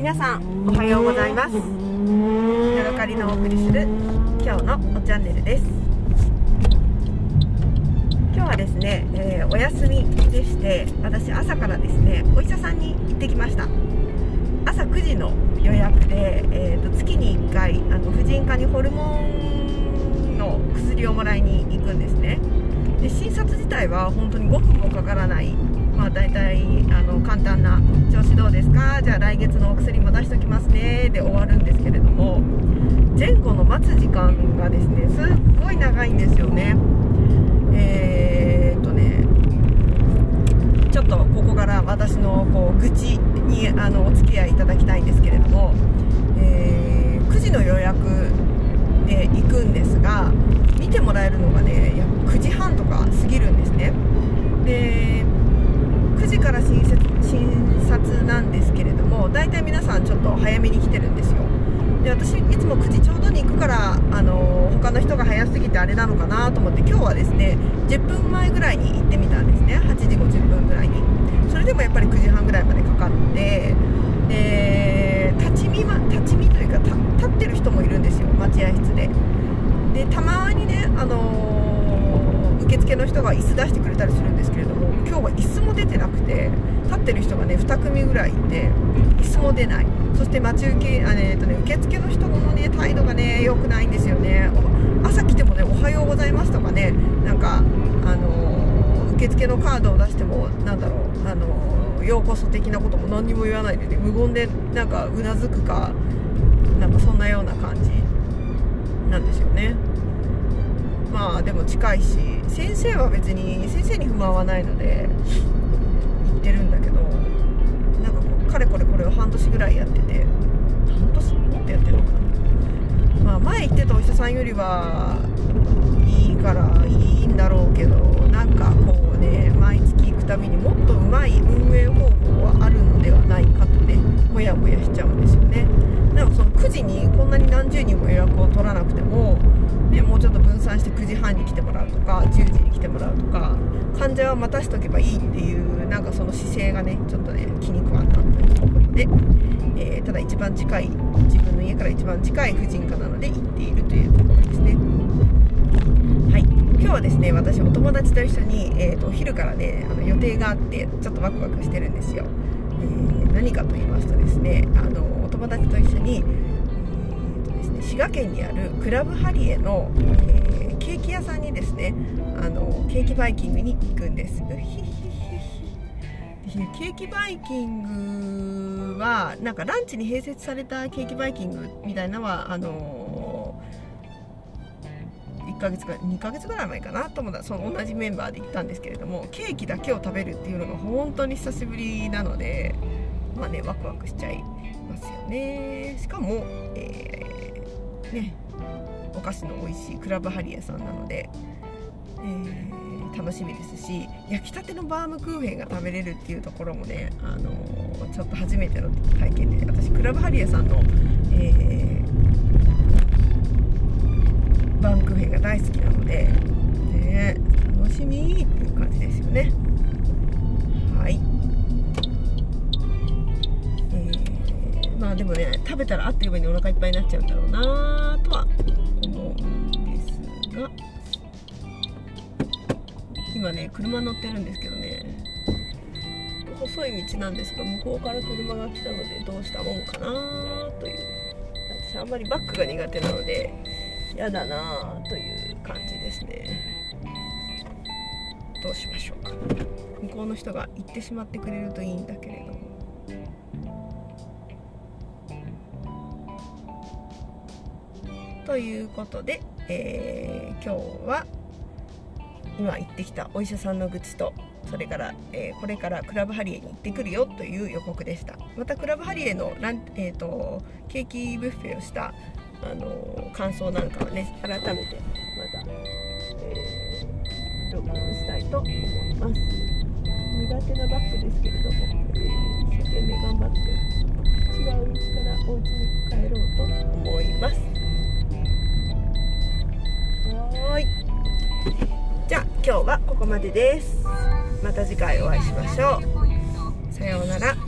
皆さんおはようございます。ヤドカリのお送りする今日のおチャンネルです。今日はですね、お休みでして、私朝からですねお医者さんに行ってきました。朝9時の予約で、月に1回婦人科にホルモンの薬をもらいに行くんですね。で診察自体は本当に5分もかからない、だいたい簡単な調子どうですか、じゃあ来月のお薬も出しておきますねで終わるんですけれども、前後の待つ時間がですねすっごい長いんですよね。ちょっとここから私の愚痴にお付き合いいただきたいんですけれども、9時の予約で行くんですが、見てもらえるのがね9時半とか過ぎるんですね。で9時から診察なんですけれども、だいたい皆さんちょっと早めに来てるんですよ。で私いつも9時ちょうどに行くから他の人が早すぎてあれなのかなと思って、今日はですね10分前ぐらいに行ってみたんですね。8時50分ぐらいに。それでもやっぱり9時半ぐらいまでかかって、で立ち見というか立ってる人もいるんですよ、待合室で。でたまにね受付の人が椅子出してくれたりするんですけれども、今日は椅子も出てなくて、立ってる人がね2組ぐらいいて椅子も出ない。そして受付の人のね態度がね良くないんですよね。朝来てもねおはようございますとかね、なんか受付のカードを出してもようこそ的なことも何にも言わないでね、無言でなんかうなずくかなんかそんなような感じなんですよね。でも近いし、先生は別に先生に不満はないので行ってるんだけど、なんかかれこれこれを半年ぐらいやってて、半年もっとやってるのかな。前行ってたお医者さんよりはいいからいいんだろうけど、なんか毎月行くたびにもっとうまい運営方法はあるのではないかとねもやもやしちゃうんですよね。なんかその9時にこんなに何十人も予約を取らなくても、もうちょっと分散して9時半に来てもらうとか10時に来てもらうとか、患者は待たしとけばいいっていうなんかその姿勢がねちょっとね気に食わんなというところで、ただ一番近い、自分の家から一番近い婦人科なので行っているというところですね。はい、今日はですね私お友達と一緒に、お昼からね予定があってちょっとワクワクしてるんですよ。何かと言いますとですね、お友達と一緒に滋賀県にあるクラブハリエの、ケーキ屋さんにですねケーキバイキングに行くんです。ケーキバイキングはなんかランチに併設されたケーキバイキングみたいなのは1ヶ月か2ヶ月ぐらい前かなと思ったら、その同じメンバーで行ったんですけれども、ケーキだけを食べるっていうのが本当に久しぶりなのでワクワクしちゃいますよね。しかもお菓子の美味しいクラブハリエさんなので、楽しみですし、焼きたてのバームクーヘンが食べれるっていうところもね、ちょっと初めての体験で、私クラブハリエさんの、バームクーヘンが大好きなので、楽しみっていう感じですよね。はい。でもね食べたらあっという間にお腹いっぱいになっちゃうんだろうなとは思うんですが、今ね車乗ってるんですけどね、細い道なんですが向こうから車が来たのでどうしたもんかなという、私あんまりバックが苦手なのでやだなという感じですね。どうしましょうか。向こうの人が行ってしまってくれるといいんだけれども、ということで、今日は今行ってきたお医者さんの愚痴と、それから、これからクラブハリエに行ってくるよという予告でした。またクラブハリエのケーキブッフェをした感想なんかはね改めてまた、録音したいと思います。苦手なバッグですけれども、一生懸命頑張って違う道からお家に帰ろうと思います。じゃあ今日はここまでです。また次回お会いしましょう。さようなら。